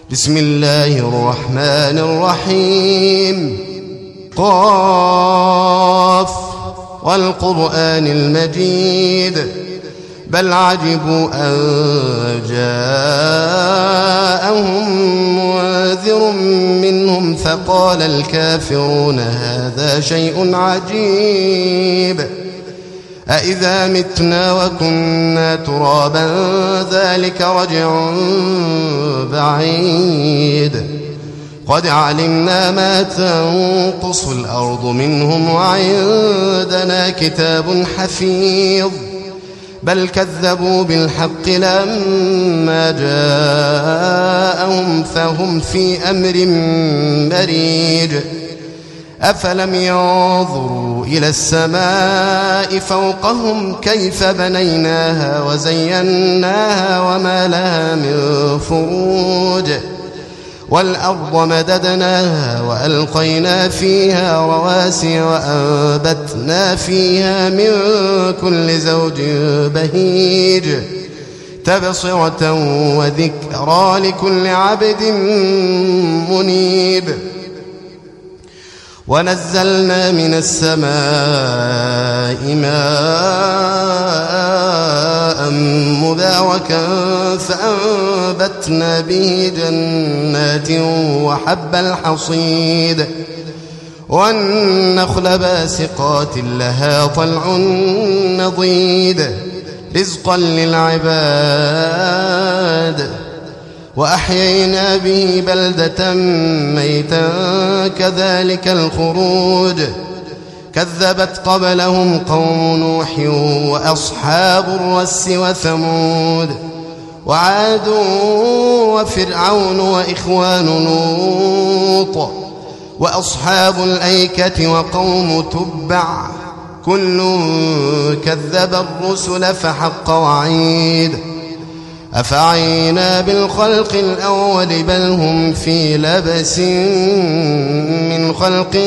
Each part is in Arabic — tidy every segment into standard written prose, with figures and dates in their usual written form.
بسم الله الرحمن الرحيم. قاف والقرآن المجيد بل عجبوا أن جاءهم منذر منهم فقال الكافرون هذا شيء عجيب أإذا متنا وكنا ترابا ذلك رجع بعيد قد علمنا ما تنقص الأرض منهم وعندنا كتاب حفيظ بل كذبوا بالحق لما جاءهم فهم في أمر مريج أفلم ينظروا إلى السماء فوقهم كيف بنيناها وزيناها وما لها من فروج والأرض مددناها وألقينا فيها رواسي وأنبتنا فيها من كل زوج بهيج تبصرة وذكرى لكل عبد منيب ونزلنا من السماء ماء مباركا فأنبتنا به جنات وحب الحصيد والنخل باسقات لها طلع نضيد رزقا للعباد وأحيينا به بلدة ميتا كذلك الخروج كذبت قبلهم قوم نوح وأصحاب الرس وثمود وعاد وفرعون وإخوان لوط وأصحاب الأيكة وقوم تبع كل كذب الرسل فحق وعيد أفعينا بالخلق الأول بل هم في لبس من خلق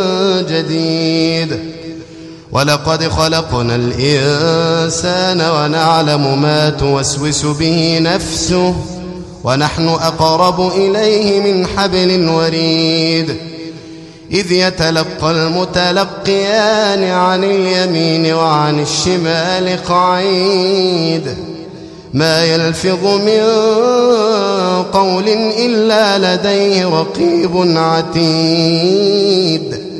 جديد ولقد خلقنا الإنسان ونعلم ما توسوس به نفسه ونحن أقرب إليه من حبل الوريد إذ يتلقى المتلقيان عن اليمين وعن الشمال قعيد ما يلفظ من قول إلا لديه رقيب عتيد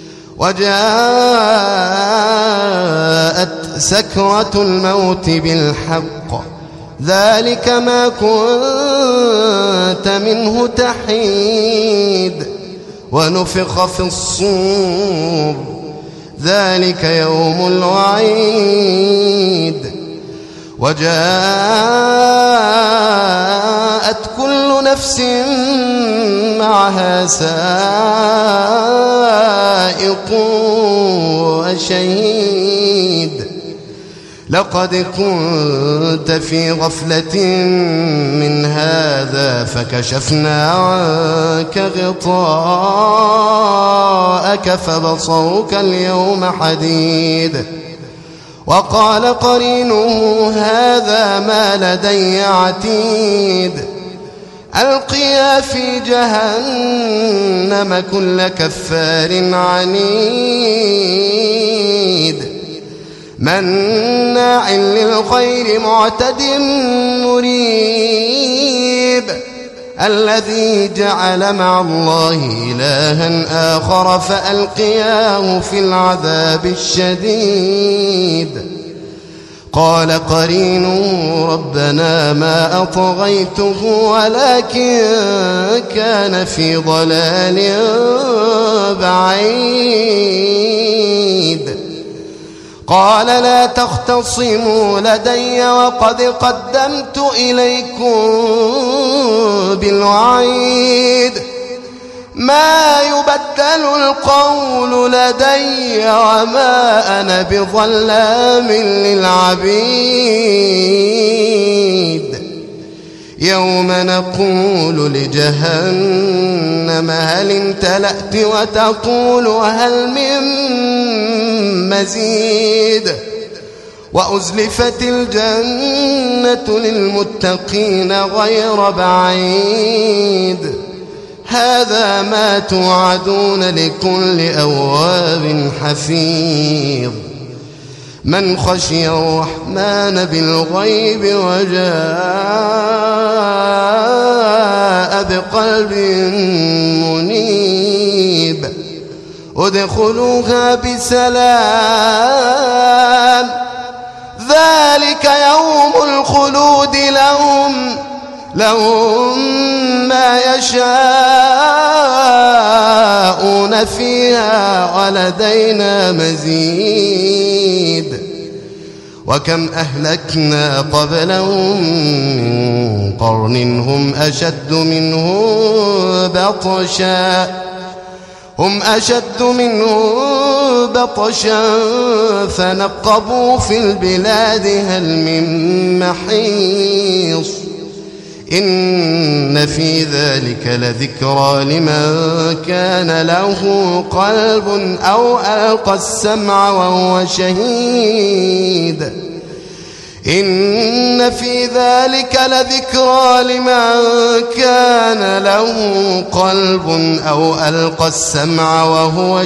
وجاءت سكرة الموت بالحق ذلك ما كنت منه تحيد ونفخ في الصور ذلك يوم الوعيد وجاءت كل نفس معها سائق وشهيد لقد كنت في غفلة من هذا فكشفنا عنك غطاءك فبصرك اليوم حديد وقال قرينه هذا ما لدي عتيد ألقيا في جهنم كل كفار عنيد مناع للخير معتد مريب الذي جعل مع الله إلها آخر فألقياه في العذاب الشديد قال قرينه ربنا ما أطغيته ولكن كان في ضلال بعيد قال لا تختصموا لدي وقد قدمت إليكم بالوعيد ما يبدل القول لدي وما أنا بظلام للعبيد يوم نقول لجهنم هل امتلأت وتقول هل من مزيد وأزلفت الجنة للمتقين غير بعيد هذا ما توعدون لكل أواب حفيظ من خشي الرحمن بالغيب وجاء بقلب منيب ادخلوها بسلام ذلك يوم الخلود لهم ما يشاءون فيها ولدينا مزيد وكم أهلكنا قبلهم من قرن هم أشد منهم بطشا فنقبوا في البلاد هل من محيص إن في ذلك لذكرى لمن كان له قلب أو ألقى السمع وهو شهيد إن في ذلك لذكرى لمن كان له قلب أو ألقى السمع وهو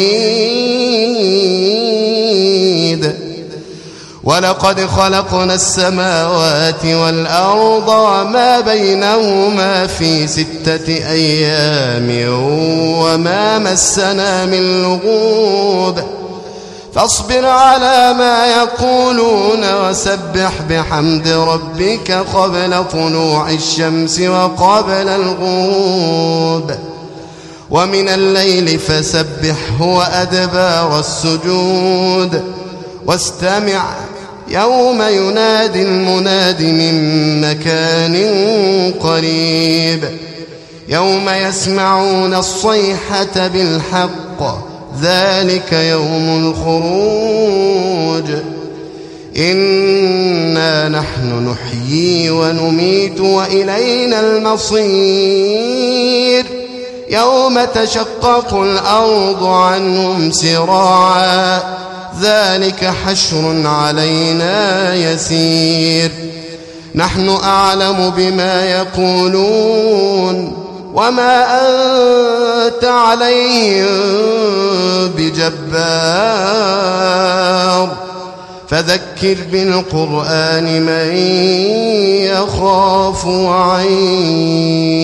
شهيد ولقد خلقنا السماوات والأرض وما بينهما في 6 أيام وما مسنا من لغوب فاصبر على ما يقولون وسبح بحمد ربك قبل طلوع الشمس وقبل الغروب ومن الليل فسبحه وأدبار السجود واستمع يوم ينادي المناد من مكان قريب يوم يسمعون الصيحة بالحق ذلك يوم الخروج إنا نحن نحيي ونميت وإلينا المصير يوم تشقق الأرض عنهم سراعا ذلك حشر علينا يسير نحن أعلم بما يقولون وما أنت عليهم بجبار فذكر بالقرآن من يخاف وعيد